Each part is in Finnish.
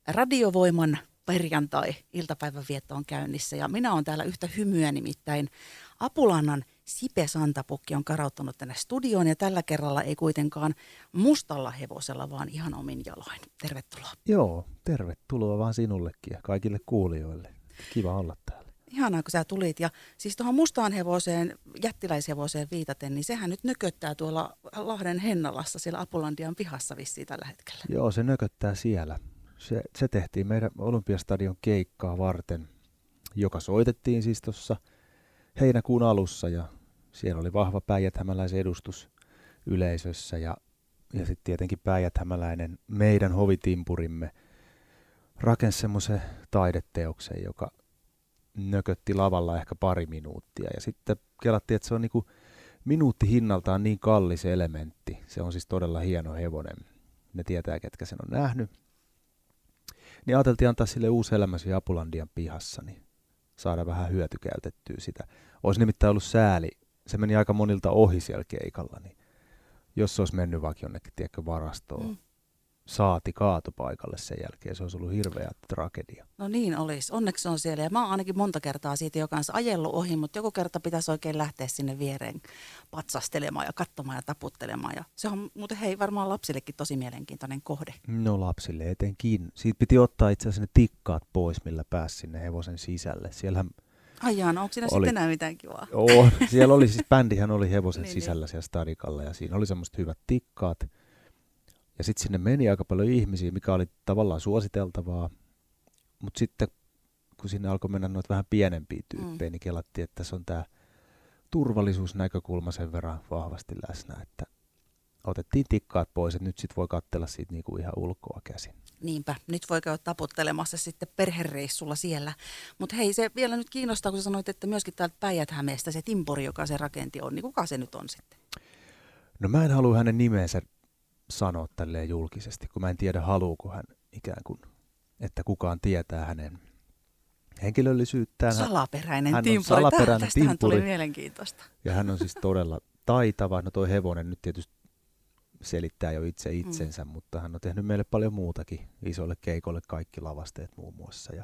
Radiovoiman perjantai-iltapäivän vietto on käynnissä ja minä olen täällä yhtä hymyä, nimittäin Apulannan Sipe Santapukki on karauttanut tänne studioon ja tällä kerralla ei kuitenkaan mustalla hevosella, vaan ihan omin jaloin. Tervetuloa. Joo, tervetuloa vaan sinullekin ja kaikille kuulijoille. Kiva olla täällä. Ihanaa, kun sä tulit. Ja siis tuohon mustaan hevoseen, jättiläishevoseen viitaten, niin sehän nyt nököttää tuolla Lahden Hennalassa, siellä Apulandian pihassa vissiin tällä hetkellä. Joo, se nököttää siellä. Se tehtiin meidän Olympiastadion keikkaa varten, joka soitettiin siis tuossa heinäkuun alussa. Ja siellä oli vahva päijäthämäläisen edustus yleisössä ja sitten tietenkin päijäthämäläinen meidän hovitimpurimme rakensi semmoisen taideteoksen, joka nökötti lavalla ehkä pari minuuttia. Ja sitten kelattiin, että se on niinku minuutti hinnaltaan niin kallis elementti. Se on siis todella hieno hevonen. Ne tietää, ketkä sen on nähnyt. Niin ajateltiin antaa sille uusi elämä siinä Apulandian pihassa, niin saada vähän hyötykäytettyä sitä. Olisi nimittäin ollut sääli. Se meni aika monilta ohi siellä keikalla, niin jos se olisi mennyt vaikka jonnekin, tiedätkö, varastoon, saati kaatopaikalle sen jälkeen, se olisi ollut hirveä tragedia. No niin olisi. Onneksi on siellä. Ja mä oon ainakin monta kertaa siitä jo kanssa ajellut ohi, mutta joku kerta pitäisi oikein lähteä sinne viereen patsastelemaan ja katsomaan ja taputtelemaan. Ja se on muuten varmaan lapsillekin tosi mielenkiintoinen kohde. No lapsille etenkin. Siitä piti ottaa itse asiassa ne tikkaat pois, millä pääsi sinne hevosen sisälle. Siellähän Jaan, onko siinä sitten enää mitään kivaa? Siellä oli siis, bändihän oli hevosen sisällä siellä stadikalla ja siinä oli semmoiset hyvät tikkaat. Ja sitten sinne meni aika paljon ihmisiä, mikä oli tavallaan suositeltavaa. Mutta sitten kun sinne alkoi mennä noita vähän pienempiä tyyppejä, niin kelattiin, että tässä on tämä turvallisuusnäkökulma sen verran vahvasti läsnä, että otettiin tikkaat pois, että nyt sitten voi katsella siitä niinku ihan ulkoa käsin. Niinpä, nyt voi käydä taputtelemassa sitten perhereissulla siellä. Mutta hei, se vielä nyt kiinnostaa, kun sä sanoit, että myöskin täältä Päijät-Hämeestä se timpuri, joka se rakenti on, niin kuka se nyt on sitten? No mä en halua hänen nimeensä sanoa tälleen julkisesti, kun mä en tiedä, haluuko hän ikään kuin, että kukaan tietää hänen henkilöllisyyttään. Salaperäinen hän timpuri. Salaperäinen Tästähän timpuri. Tuli mielenkiintoista. Ja hän on siis todella taitava. No toi hevonen nyt tietysti selittää jo itse itsensä, mutta hän on tehnyt meille paljon muutakin, isolle keikolle kaikki lavasteet muun muassa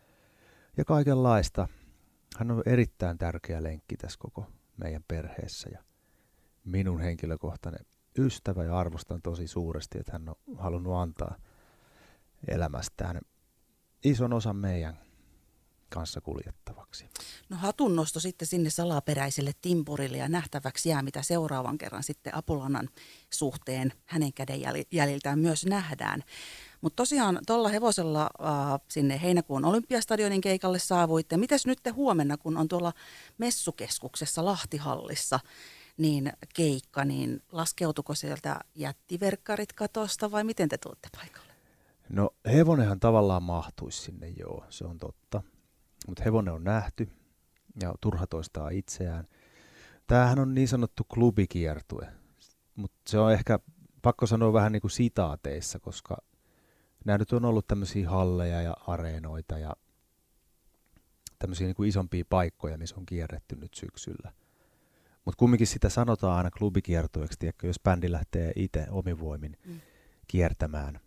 ja kaikenlaista. Hän on erittäin tärkeä lenkki tässä koko meidän perheessä ja minun henkilökohtainen ystävä ja arvostan tosi suuresti, että hän on halunnut antaa elämästään ison osan meidän kanssa kuljettavaksi. No hatunnosto sitten sinne salaperäiselle timpurille ja nähtäväksi jää, mitä seuraavan kerran sitten Apulannan suhteen hänen käden jäljiltään myös nähdään. Mutta tosiaan tuolla hevosella sinne heinäkuun Olympiastadionin keikalle saavuitte. Mites nyt te huomenna, kun on tuolla messukeskuksessa Lahtihallissa, niin keikka, niin laskeutuko sieltä jättiverkkarit katosta vai miten te tuutte paikalle? No hevonenhan tavallaan mahtuisi sinne, joo, se on totta. Mutta hevonen on nähty ja turha toistaa itseään. Tämähän on niin sanottu klubikiertue, mutta se on ehkä pakko sanoa vähän niin kuin sitaateissa, koska nämä nyt on ollut tämmöisiä halleja ja areenoita ja tämmöisiä niin kuin isompia paikkoja, missä on kierretty nyt syksyllä. Mutta kumminkin sitä sanotaan aina klubikiertueeksi, tiedätkö, jos bändi lähtee itse omin voimin kiertämään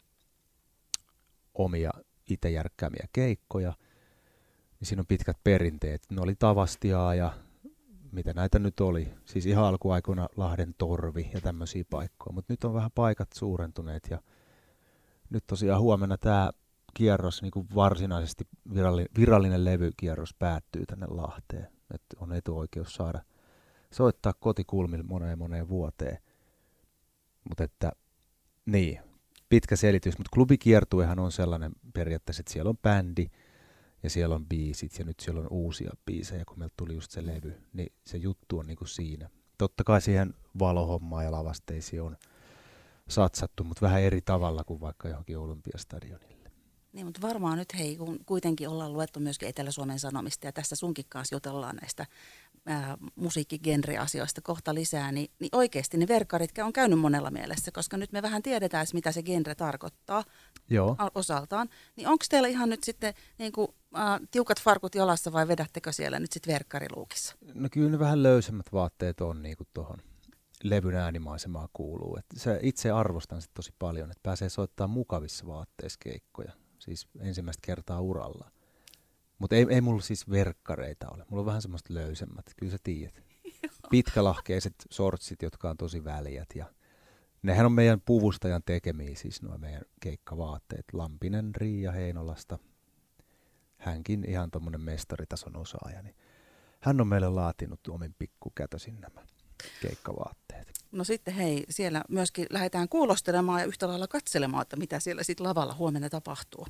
omia itse järkkäämiä keikkoja, niin siinä on pitkät perinteet. Ne oli Tavastiaa ja mitä näitä nyt oli. Siis ihan alkuaikoina Lahden Torvi ja tämmöisiä paikkoja, mutta nyt on vähän paikat suurentuneet ja nyt tosiaan huomenna tämä kierros, niin kuin varsinaisesti virallinen levykierros päättyy tänne Lahteen. Et on etuoikeus saada soittaa kotikulmille moneen vuoteen. Mutta että niin, pitkä selitys, mutta klubikiertuehan on sellainen periaatteessa, että siellä on bändi ja siellä on biisit ja nyt siellä on uusia biisejä, kun meiltä tuli just se levy, niin se juttu on niinku siinä. Totta kai siihen valohommaan ja lavasteisiin on satsattu, mutta vähän eri tavalla kuin vaikka johonkin Olympiastadionille. Niin, mutta varmaan nyt hei, kun kuitenkin ollaan luettu myöskin Etelä-Suomen Sanomista ja tässä sunkin kanssa jutellaan näistä musiikkigenre-asioista kohta lisää, niin oikeasti ne verkkarit on käynyt monella mielessä, koska nyt me vähän tiedetään, mitä se genre tarkoittaa osaltaan. Niin onko teillä ihan nyt sitten niin kuin, tiukat farkut jalassa vai vedättekö siellä nyt sitten verkkariluukissa? No kyllä ne vähän löysemmät vaatteet on niin kuin tuohon levyn äänimaisemaan kuuluu. Et se itse arvostan sitä tosi paljon, että pääsee soittamaan mukavissa vaatteissa keikkoja. siis ensimmäistä kertaa uralla. Mutta ei mulla siis verkkareita ole. Mulla on vähän semmoista löysemmät, kyllä sä tiedät. Pitkälahkeiset sortsit, jotka on tosi väljät. Ja nehän on meidän puvustajan tekemiä, siis nuo meidän keikkavaatteet. Lampinen Riia Heinolasta. Hänkin ihan tommonen mestaritason osaaja. Niin hän on meille laatinut omin pikkukätösin nämä keikkavaatteet. No sitten hei, siellä myöskin lähdetään kuulostelemaan ja yhtä lailla katselemaan, että mitä siellä sitten lavalla huomenna tapahtuu.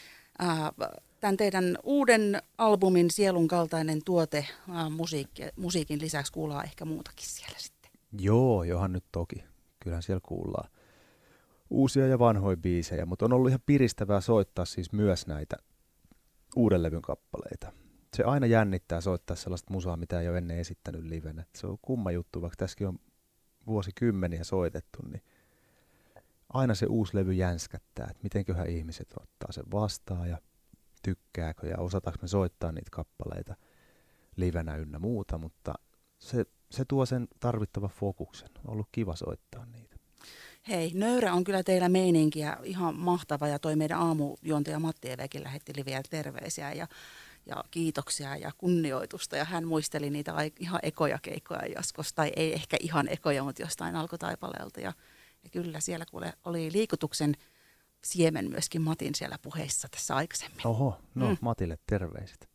Tämän teidän uuden albumin Sielun kaltainen tuote musiikin lisäksi kuullaan ehkä muutakin siellä sitten. Joo, johan nyt toki. Kyllähän siellä kuullaan uusia ja vanhoja biisejä, mutta on ollut ihan piristävää soittaa siis myös näitä uuden levyn kappaleita. Se aina jännittää soittaa sellaista musaa, mitä ei ole ennen esittänyt livenä. Se on kumma juttu, vaikka tässäkin on vuosikymmeniä soitettu, niin aina se uusi levy jänskättää, että mitenköhän ihmiset ottaa sen vastaan ja tykkääkö ja osataanko me soittaa niitä kappaleita livenä ynnä muuta, mutta se tuo sen tarvittavan fokuksen. On ollut kiva soittaa niitä. Hei, nöyrä on kyllä teillä meininkiä ihan mahtava ja toi meidän aamujuontaja Matti Evekin lähetti vielä terveisiä ja kiitoksia ja kunnioitusta ja hän muisteli niitä ihan ekoja keikkoja joskus, tai ei ehkä ihan ekoja, mutta jostain alkutaipaleelta ja kyllä siellä kuule oli liikutuksen siemen myöskin Matin siellä puheissa tässä aikaisemmin. Oho, no Matille terveiset.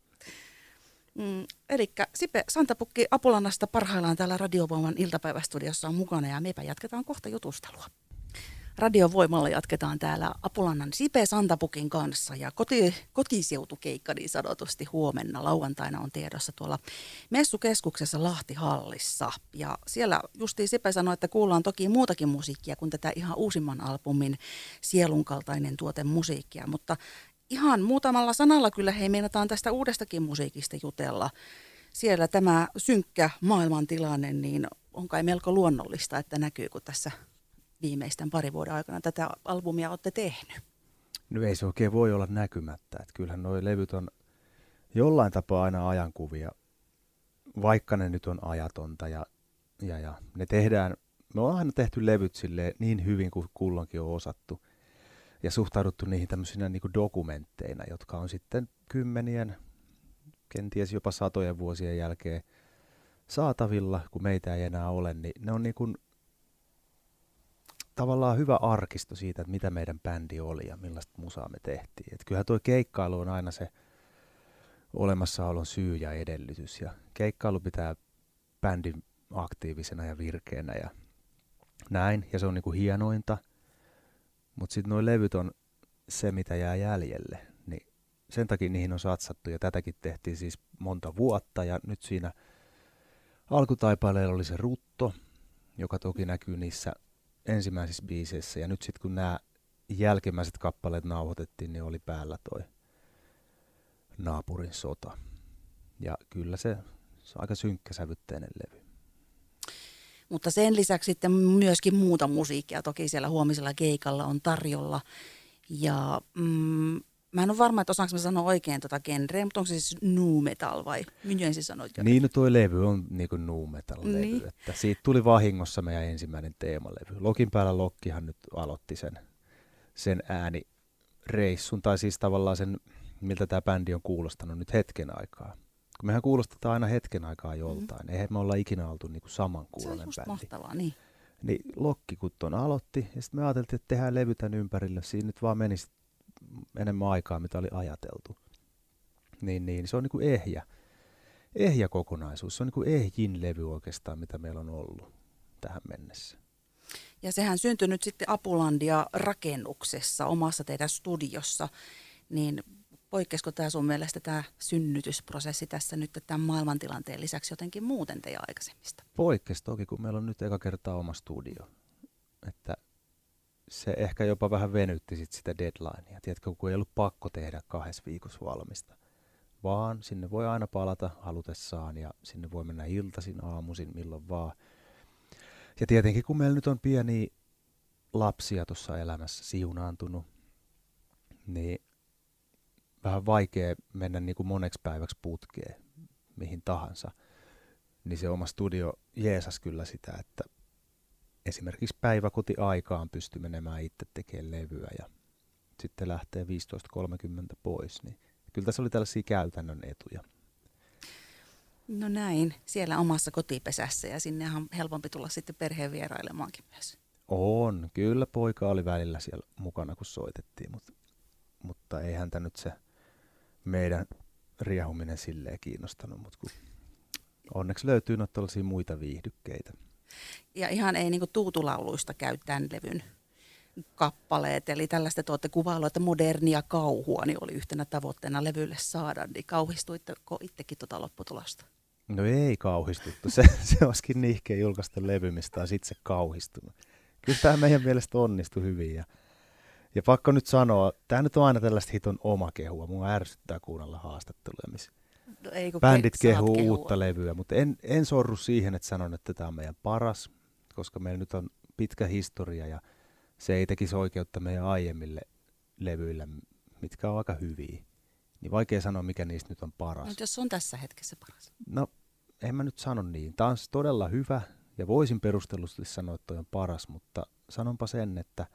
Elikkä Sipe Santapukki Apulannasta parhaillaan täällä Radiovoiman iltapäivästudiossa on mukana ja meipä jatketaan kohta jutustelua. Radiovoimalla jatketaan täällä Apulannan Sipe Santapukin kanssa ja kotiseutukeikka niin sanotusti huomenna lauantaina on tiedossa tuolla messukeskuksessa Lahtihallissa. Ja siellä justiin Sipe sanoi, että kuullaan toki muutakin musiikkia kuin tätä ihan uusimman albumin Sielun kaltainen tuote musiikkia, mutta ihan muutamalla sanalla kyllä hei meinataan tästä uudestakin musiikista jutella. Siellä tämä synkkä maailmantilanne niin on kai melko luonnollista, että näkyy kun tässä viimeisten parin vuoden aikana tätä albumia olette tehnyt. No ei se oikein voi olla näkymättä. Että kyllähän nuo levyt on jollain tapaa aina ajankuvia, vaikka ne nyt on ajatonta. Ja ne tehdään, me on aina tehty levyt silleen niin hyvin kuin kulloinkin on osattu. Ja suhtauduttu niihin tämmöisinä niin kuin dokumentteina, jotka on sitten kymmenien, kenties jopa satojen vuosien jälkeen saatavilla, kun meitä ei enää ole. Niin ne on niin kuin tavallaan hyvä arkisto siitä, että mitä meidän bändi oli ja millaista musaa me tehtiin. Et kyllähän tuo keikkailu on aina se olemassaolon syy ja edellytys. Ja keikkailu pitää bändin aktiivisena ja virkeänä ja näin. Ja se on niinku hienointa. Mutta sitten nuo levyt on se, mitä jää jäljelle. Niin sen takia niihin on satsattu ja tätäkin tehtiin siis monta vuotta. Ja nyt siinä alkutaipaleella oli se rutto, joka toki näkyy niissä ensimmäisissä biiseissä, ja nyt sitten kun nämä jälkimmäiset kappaleet nauhoitettiin, niin oli päällä toi Naapurin sota. Ja kyllä se on aika synkkäsävytteinen levy. Mutta sen lisäksi sitten myöskin muuta musiikkia toki siellä huomisella keikalla on tarjolla. Ja mä en ole varma, että osaanko mä sanoa oikein tota genreä, mutta onko se siis nu metal vai minä ensin sanoit jo? Niin, no toi levy on niinku nu metal levy, niin. Että siitä tuli vahingossa meidän ensimmäinen teemalevy. Lokin päällä Lokkihan nyt aloitti sen äänireissun, tai siis tavallaan sen, miltä tämä bändi on kuulostanut nyt hetken aikaa. Kun mehän kuulostetaan aina hetken aikaa joltain, eihän me olla ikinä oltu niinku samankuuloinen bändi. Se on just mahtavaa, niin. Niin Lokki kun ton aloitti, ja sitten me ajateltiin, että tehdään levy tän ympärille, siinä nyt vaan menisi enemmän aikaa, mitä oli ajateltu. Niin se on niinku ehjä kokonaisuus. Se on niinku ehjin levy oikeastaan, mitä meillä on ollut tähän mennessä. Ja sehän syntyi nyt sitten Apulandia rakennuksessa, omassa teidän studiossa. Niin poikkeisiko tämä sun mielestä tämä synnytysprosessi tässä nyt tämän maailmantilanteen lisäksi jotenkin muuten teidän aikaisemmista? Poikkeisi toki, kun meillä on nyt eka kertaa oma studio. Että se ehkä jopa vähän venytti sitä deadlinea. Tiedätkö, kun ei ollut pakko tehdä 2 viikossa valmista, vaan sinne voi aina palata halutessaan ja sinne voi mennä iltaisin, aamuisin, milloin vaan. Ja tietenkin, kun meillä nyt on pieniä lapsia tuossa elämässä siunaantunut, niin vähän vaikea mennä niin kuin moneksi päiväksi putkeen, mihin tahansa. Niin se oma studio jeesas kyllä sitä, että esimerkiksi päiväkotiaikaan pystyi menemään itse tekemään levyä ja sitten lähtee 15.30 pois. Niin kyllä tässä oli tällaisia käytännön etuja. No näin, siellä omassa kotipesässä ja sinne on helpompi tulla sitten perheen vierailemaankin myös. On, kyllä poika oli välillä siellä mukana, kun soitettiin, mutta ei häntä nyt se meidän riehuminen silleen kiinnostanut, mutta onneksi löytyy noita tällaisia muita viihdykkeitä. Ja ihan ei niinku tuutulauluista käy tämän levyn kappaleet, eli tällaista te olette kuvaillut, että modernia kauhua niin oli yhtenä tavoitteena levylle saada, niin kauhistuitteko itsekin tuota lopputulosta? No ei kauhistuttu, se olisikin nihkeä julkaista levy, mistä olisi itse kauhistunut. Kyllä tämä meidän mielestä onnistui hyvin ja pakko nyt sanoa, tämä nyt on aina tällaista hiton omakehua, mua ärsyttää kuunnella haastatteluja, missä bändit kehuu uutta levyä, mutta en sorru siihen, että sanon, että tämä on meidän paras, koska meillä nyt on pitkä historia ja se ei tekisi oikeutta meidän aiemmille levyille, mitkä on aika hyviä. Niin vaikea sanoa, mikä niistä nyt on paras. No, jos on tässä hetkessä paras? No, en mä nyt sano niin. Tämä on todella hyvä ja voisin perustellusti sanoa, että toi on paras, mutta sanonpa sen, että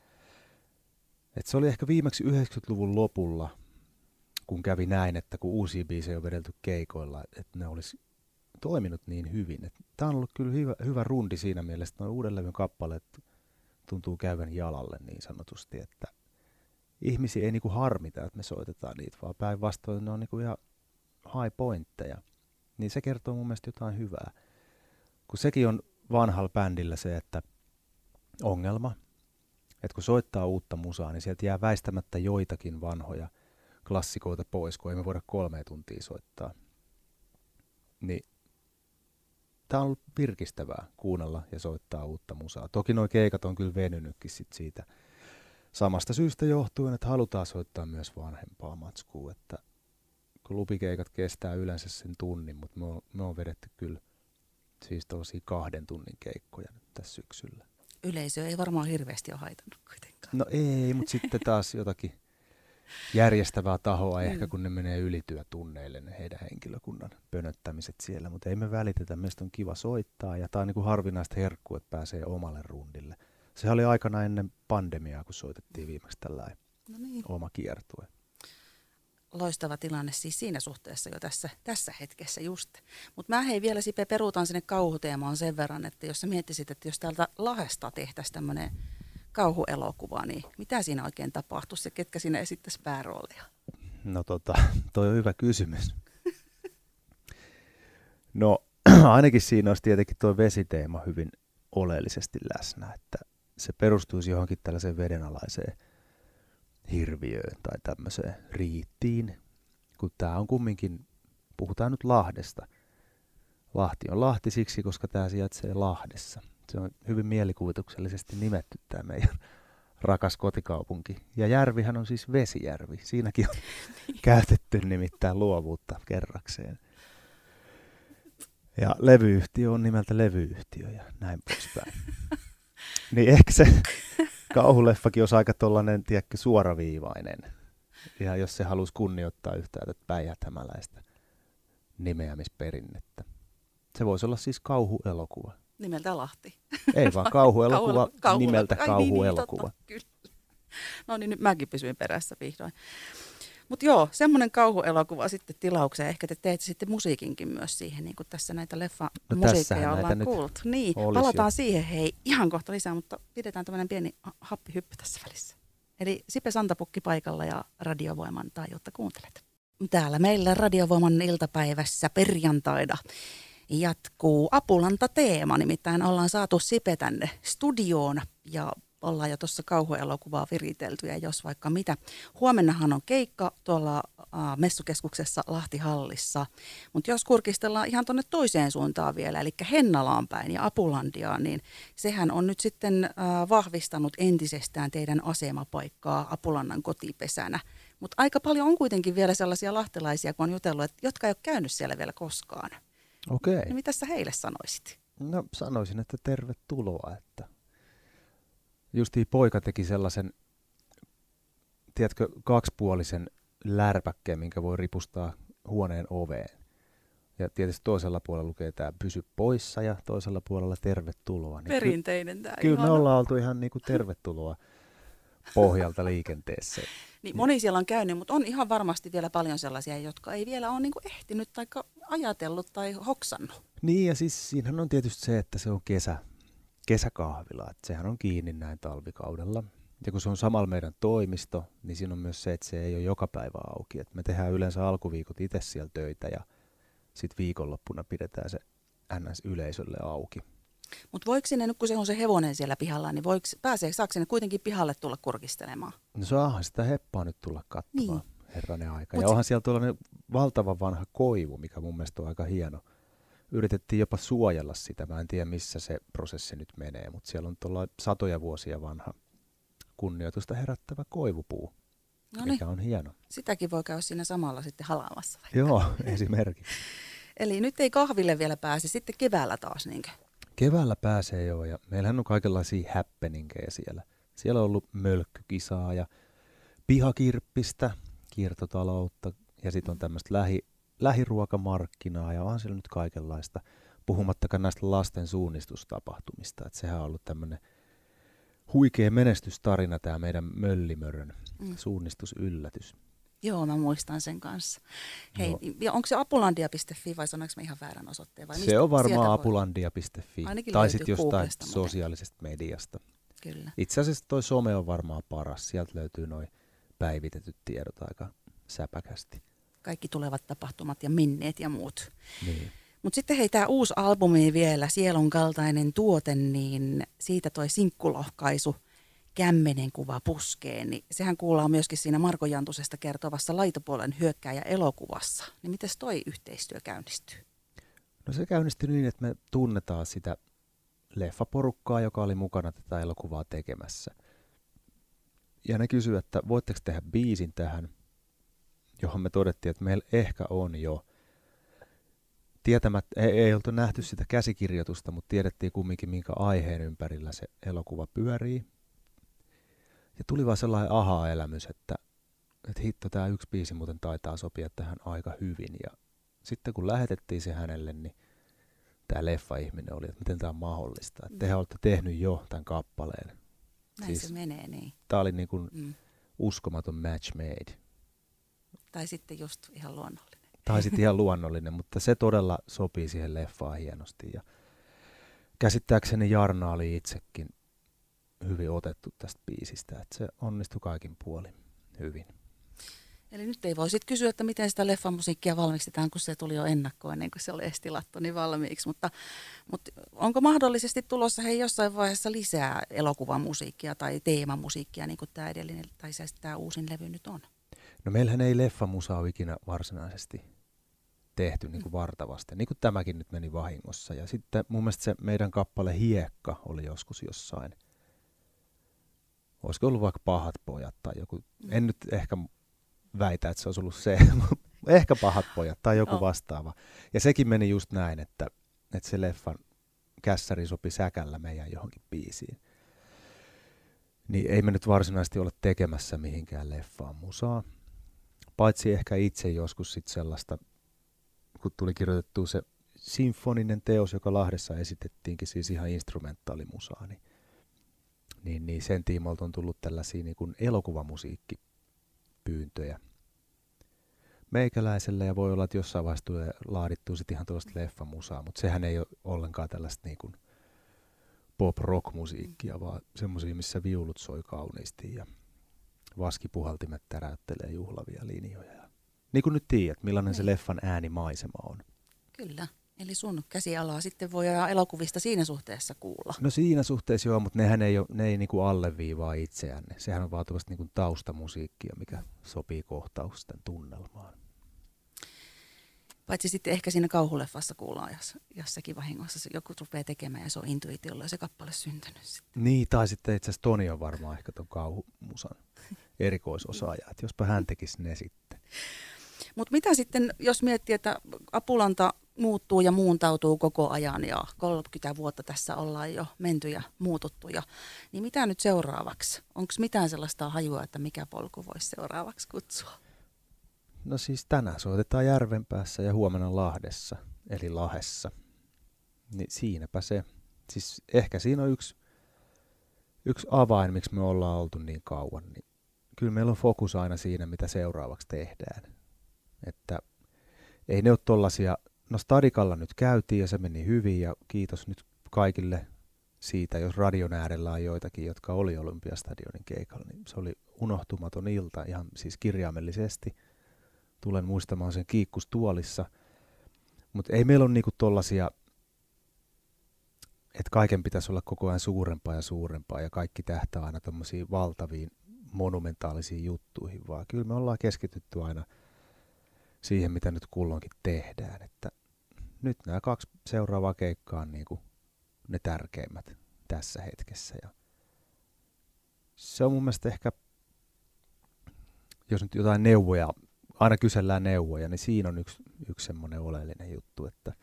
se oli ehkä viimeksi 90-luvun lopulla, kun kävi näin, että kun uusia biisejä on vedelty keikoilla, että ne olisi toiminut niin hyvin. Tämä on ollut kyllä hyvä rundi siinä mielessä, että nuo uuden levyn kappaleet tuntuu käyvän jalalle niin sanotusti, että ihmisiä ei niinku harmita, että me soitetaan niitä, vaan päinvastoin ne on niinku ihan high pointteja. Niin se kertoo mun mielestä jotain hyvää. Kun sekin on vanhalla bändillä se, että ongelma, että kun soittaa uutta musaa, niin sieltä jää väistämättä joitakin vanhoja klassikoita pois, kun ei me voida 3 tuntia soittaa. Niin tämä on ollut virkistävää kuunnella ja soittaa uutta musaa. Toki nuo keikat on kyllä venynytkin siitä samasta syystä johtuen, että halutaan soittaa myös vanhempaa matskua. Että klubikeikat kestää yleensä sen tunnin, mutta me on vedetty kyllä siis tosi 2 tunnin keikkoja nyt tässä syksyllä. Yleisö ei varmaan hirveästi ole haitannut kuitenkaan. No ei, mutta sitten taas jotakin järjestävää tahoa ehkä, kun ne menee ylityötunneille ne heidän henkilökunnan pönöttämiset siellä. Mutta ei me välitetä, meistä on kiva soittaa ja tämä on niinku harvinaista herkkua, että pääsee omalle rundille. Sehän oli aikana ennen pandemiaa, kun soitettiin viimeksi tällainen oma kiertue. Loistava tilanne siis siinä suhteessa jo tässä hetkessä just. Mutta mä vielä Sipe peruutan sinne kauhuteemaan sen verran, että jos sä miettisit, että jos täältä Lahdesta tehtäisiin tämmöinen kauhuelokuva, niin mitä siinä oikein tapahtuisi ja ketkä siinä esittäisi päärooleja? No toi on hyvä kysymys. No ainakin siinä olisi tietenkin tuo vesiteema hyvin oleellisesti läsnä, että se perustuisi johonkin tällaiseen vedenalaiseen hirviöön tai tämmöiseen riittiin, kun tämä on kumminkin, puhutaan nyt Lahdesta. Lahti on Lahti siksi, koska tämä sijaitsee Lahdessa. Se on hyvin mielikuvituksellisesti nimetty tämä meidän rakas kotikaupunki. Ja järvihän on siis Vesijärvi. Siinäkin on käytetty nimittäin luovuutta kerrakseen. Ja levyyhtiö on nimeltä levyyhtiö ja näin poispäin. Niin ehkä se kauhuleffakin olisi aika tollainen, tiedätkö, suoraviivainen. Ja jos se halusi kunnioittaa yhtään tätä päijät-hämäläistä nimeämisperinnettä. Se voisi olla siis kauhuelokuva. Nimeltä Lahti. Ei vaan kauhuelokuva nimeltä kauhuelokuva. Niin, no niin, nyt mäkin pysyin perässä vihdoin. Mutta joo, semmoinen kauhuelokuva sitten tilaukseen. Ehkä te teette sitten musiikinkin myös siihen, niin kuin tässä näitä leffamusiikkeja ollaan kuultu. Niin, palataan jo siihen hei ihan kohta lisää, mutta pidetään tämmöinen pieni happihyppy tässä välissä. Eli Sipe Santapukki paikalla ja Radiovoiman taajuutta kuuntelet. Täällä meillä Radiovoiman iltapäivässä perjantaina jatkuu Apulanta-teema, nimittäin ollaan saatu Sipe tänne studioon ja ollaan jo tuossa kauhuelokuvaa viritelty ja jos vaikka mitä. Huomennahan on keikka tuolla messukeskuksessa Lahtihallissa, mutta jos kurkistellaan ihan tuonne toiseen suuntaan vielä, eli Hennalaan päin ja Apulandiaan, niin sehän on nyt sitten vahvistanut entisestään teidän asemapaikkaa Apulannan kotipesänä. Mutta aika paljon on kuitenkin vielä sellaisia lahtelaisia, kun on jutellut, jotka ei ole käynyt siellä vielä koskaan. Okei. Niin mitä sä heille sanoisit? No sanoisin, että tervetuloa, että justiin poika teki sellaisen, tiedätkö, kaksipuolisen lärpäkkeen, minkä voi ripustaa huoneen oveen. Ja tietysti toisella puolella lukee tämä pysy poissa ja toisella puolella tervetuloa. Niin perinteinen tämä. Kyllä me ollaan oltu ihan niin kuin tervetuloa pohjalta liikenteessä. Niin moni siellä on käynyt, mutta on ihan varmasti vielä paljon sellaisia, jotka ei vielä ole niin kuin ehtinyt tai ajatellut tai hoksannut. Niin ja siis siinähän on tietysti se, että se on kesäkahvila, että sehän on kiinni näin talvikaudella. Ja kun se on samalla meidän toimisto, niin siinä on myös se, että se ei ole joka päivä auki. Et me tehdään yleensä alkuviikot itse siellä töitä ja sitten viikonloppuna pidetään se NS-yleisölle auki. Mutta voiko sinne, nyt kun se on se hevonen siellä pihalla, niin saako sinne kuitenkin pihalle tulla kurkistelemaan? No saahan sitä heppaa nyt tulla katsomaan, herranen aika. Ja Mut onhan siellä tuollainen valtavan vanha koivu, mikä mun mielestä on aika hieno. Yritettiin jopa suojella sitä, mä en tiedä missä se prosessi nyt menee, mutta siellä on tuolla satoja vuosia vanha kunnioitusta herättävä koivupuu, mikä on hieno. Sitäkin voi käydä siinä samalla sitten halaamassa. Joo, esimerkiksi. Eli nyt ei kahville vielä pääse, sitten keväällä taas niinkö? Keväällä pääsee joo, ja meillähän on kaikenlaisia happeningejä siellä. Siellä on ollut mölkkykisaa ja pihakirppistä, kiertotaloutta, ja sitten on tämmöistä lähiruokamarkkinaa, ja onhan siellä nyt kaikenlaista, puhumattakaan näistä lasten suunnistustapahtumista. Et sehän on ollut tämmöinen huikea menestystarina, tämä meidän Möllimörön suunnistusyllätys. Joo, mä muistan sen kanssa. Hei, ja onko se apulandia.fi vai sanoinko mä ihan väärän osoitteen? Vai se on varmaan apulandia.fi tai sitten jostain Googlesta, sosiaalisesta mediasta. Kyllä. Itse asiassa toi some on varmaan paras. Sieltä löytyy noi päivitetyt tiedot aika säpäkästi. Kaikki tulevat tapahtumat ja menneet ja muut. Niin. Mutta sitten hei, tämä uusi albumi vielä, Sielun kaltainen tuote, niin siitä toi sinkkulohkaisu, Kämmenen kuva puskeen, niin sehän kuullaan myöskin siinä Marko Jantusesta kertovassa Laitopuolen hyökkääjä elokuvassa. Niin mites toi yhteistyö käynnistyy? No se käynnistyi niin, että me tunnetaan sitä leffaporukkaa, joka oli mukana tätä elokuvaa tekemässä. Ja ne kysyivät, että voitteko tehdä biisin tähän, johon me todettiin, että meillä ehkä on jo. Tietämättä, ei oltu nähty sitä käsikirjoitusta, mutta tiedettiin kumminkin, minkä aiheen ympärillä se elokuva pyörii. Ja tuli vaan sellainen aha-elämys, että hitto, tämä yksi biisi muuten taitaa sopia tähän aika hyvin. Ja sitten kun lähetettiin se hänelle, niin tämä leffa-ihminen oli, että miten tämä on mahdollista. Että tehän olette tehnyt jo tämän kappaleen. Näin siis, se menee, niin. Tämä oli niin kuin uskomaton match made. Tai sitten just ihan luonnollinen. Tai sitten ihan luonnollinen, mutta se todella sopii siihen leffaan hienosti. Ja käsittääkseni Jarna oli itsekin hyvin otettu tästä biisistä, että se onnistui kaikin puolin hyvin. Eli nyt ei voi sitten kysyä, että miten sitä leffamusiikkia valmistetaan, kun se tuli jo ennakkoon, ennen kuin se oli estilattu niin valmiiksi. Mutta onko mahdollisesti tulossa jossain vaiheessa lisää elokuvamusiikkia tai teemamusiikkia, niin kuin tämä edellinen tai tämä uusin levy nyt on? No meillähän ei leffamusa ole ikinä varsinaisesti tehty niin kuin vartavasti, niin kuin tämäkin nyt meni vahingossa. Ja sitten mun mielestä se meidän kappale Hiekka oli joskus jossain. Olisiko ollut vaikka Pahat pojat tai joku, en nyt ehkä väitä, että se olisi ollut se, ehkä Pahat pojat tai joku vastaava. Ja sekin meni just näin, että se leffan kässäri sopi säkällä meidän johonkin biisiin. Niin ei me nyt varsinaisesti ole tekemässä mihinkään leffaan musaa. Paitsi ehkä itse joskus sit sellaista, kun tuli kirjoitettua se sinfoninen teos, joka Lahdessa esitettiinkin, siis ihan instrumentaalimusaa, niin sen tiimoilta on tullut tällaisia niin kuin elokuvamusiikkipyyntöjä meikäläiselle, ja voi olla, että jossain vaiheessa tulee laadittua sitten ihan tuollaista leffamusaa, mutta sehän ei ole ollenkaan tällaista niin kuin pop-rock-musiikkia, vaan semmoisia, missä viulut soi kauniisti ja vaskipuhaltimet täräyttelee juhlavia linjoja. Niin kuin nyt tiedät, millainen se leffan äänimaisema on. Kyllä. Eli sun käsialaa sitten voi elokuvista siinä suhteessa kuulla. No siinä suhteessa joo, mutta ne ei niinku alleviivaa itseään. Sehän on vaativasti niinku taustamusiikkia, mikä sopii kohtausten tunnelmaan. Paitsi sitten ehkä siinä kauhuleffassa kuullaan jossakin vahingossa joku rupeaa tekemään ja se on intuitiolla ja se kappale syntynyt sitten. Niin, tai sitten itse asiassa Toni on varmaan ehkä tuon kauhumusan erikoisosaaja, että jospa hän tekisi ne sitten. Mutta mitä sitten, jos miettii, että Apulanta muuttuu ja muuntautuu koko ajan ja 30 vuotta tässä ollaan jo menty ja muututtu, niin mitä nyt seuraavaksi? Onko mitään sellaista hajua, että mikä polku voisi seuraavaksi kutsua? No siis tänään soitetaan Järvenpäässä ja huomenna Lahdessa, eli Lahessa. Niin siinäpä se. Siis ehkä siinä on yksi avain, miksi me ollaan oltu niin kauan, niin kyllä meillä on fokus aina siinä, mitä seuraavaksi tehdään. Että ei ne ole tollaisia, no Stadikalla nyt käytiin ja se meni hyvin ja kiitos nyt kaikille siitä, jos radion äärellä on joitakin, jotka oli Olympiastadionin keikalla, niin se oli unohtumaton ilta ihan siis kirjaimellisesti. Tulen muistamaan sen kiikkustuolissa, mutta ei meillä ole niinku tollaisia, että kaiken pitäisi olla koko ajan suurempaa ja suurempaa ja kaikki tähtää aina tommosiin valtaviin monumentaalisiin juttuihin, vaan kyllä me ollaan keskitytty aina siihen, mitä nyt kulloinkin tehdään. Että nyt nämä 2 seuraavaa keikkaa on niinku ne tärkeimmät tässä hetkessä. Ja se on mun mielestä ehkä, jos nyt jotain neuvoja, aina kysellään neuvoja, niin siinä on yksi semmoinen oleellinen juttu, että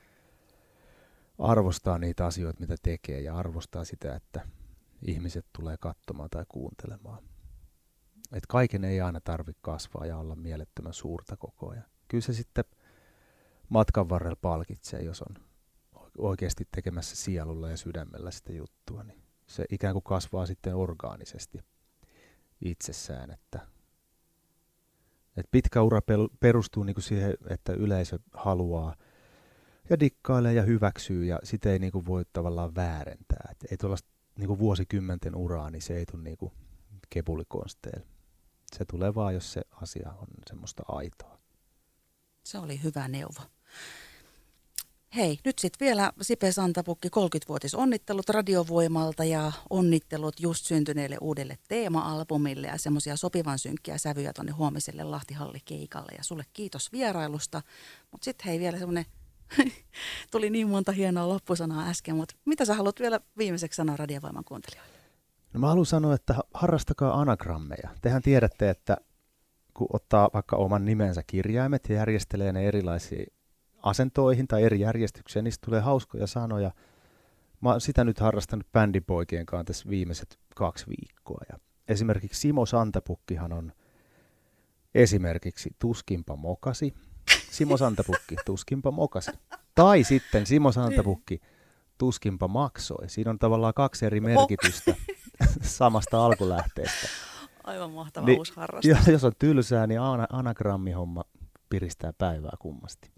arvostaa niitä asioita, mitä tekee ja arvostaa sitä, että ihmiset tulee katsomaan tai kuuntelemaan. Et kaiken ei aina tarvitse kasvaa ja olla mielettömän suurta koko ajan. Kyllä se sitten matkan varrella palkitsee, jos on oikeasti tekemässä sielulla ja sydämellä sitä juttua, niin se ikään kuin kasvaa sitten orgaanisesti itsessään. Että pitkä ura perustuu niin kuin siihen, että yleisö haluaa ja dikkailee ja hyväksyy ja sitä ei niin kuin voi tavallaan väärentää. Et ei tuollaista niin kuin vuosikymmenten uraa, niin se ei tule niin kuin kepulikonsteilla. Se tulee vaan, jos se asia on semmoista aitoa. Se oli hyvä neuvo. Hei, nyt sitten vielä Sipe Santapukki 30-vuotisonnittelut Radiovoimalta ja onnittelut just syntyneelle uudelle teema-albumille ja semmoisia sopivan synkkiä sävyjä tonne huomiselle Lahtihalli-keikalle. Ja sulle kiitos vierailusta, mutta sitten hei vielä semmoinen, tuli niin monta hienoa loppusanaa äsken, mutta mitä sä haluat vielä viimeiseksi sanoa Radiovoiman kuuntelijoille? No mä haluan sanoa, että harrastakaa anagrammeja. Tehän tiedätte, että kun ottaa vaikka oman nimensä kirjaimet ja järjestelee ne erilaisiin asentoihin tai eri järjestykseen, niistä tulee hauskoja sanoja. Mä oon sitä nyt harrastanut bändipoikien kanssa tässä viimeiset 2 viikkoa. Ja esimerkiksi Simo Santapukkihan on esimerkiksi tuskinpa mokasi. Simo Santapukki, tuskinpa mokasi. Tai sitten Simo Santapukki, tuskinpa maksoi. Siinä on tavallaan 2 eri merkitystä samasta alkulähteestä. Aivan mahtava uusi harrastus. Jos on tylsää, niin anagrammihomma piristää päivää kummasti.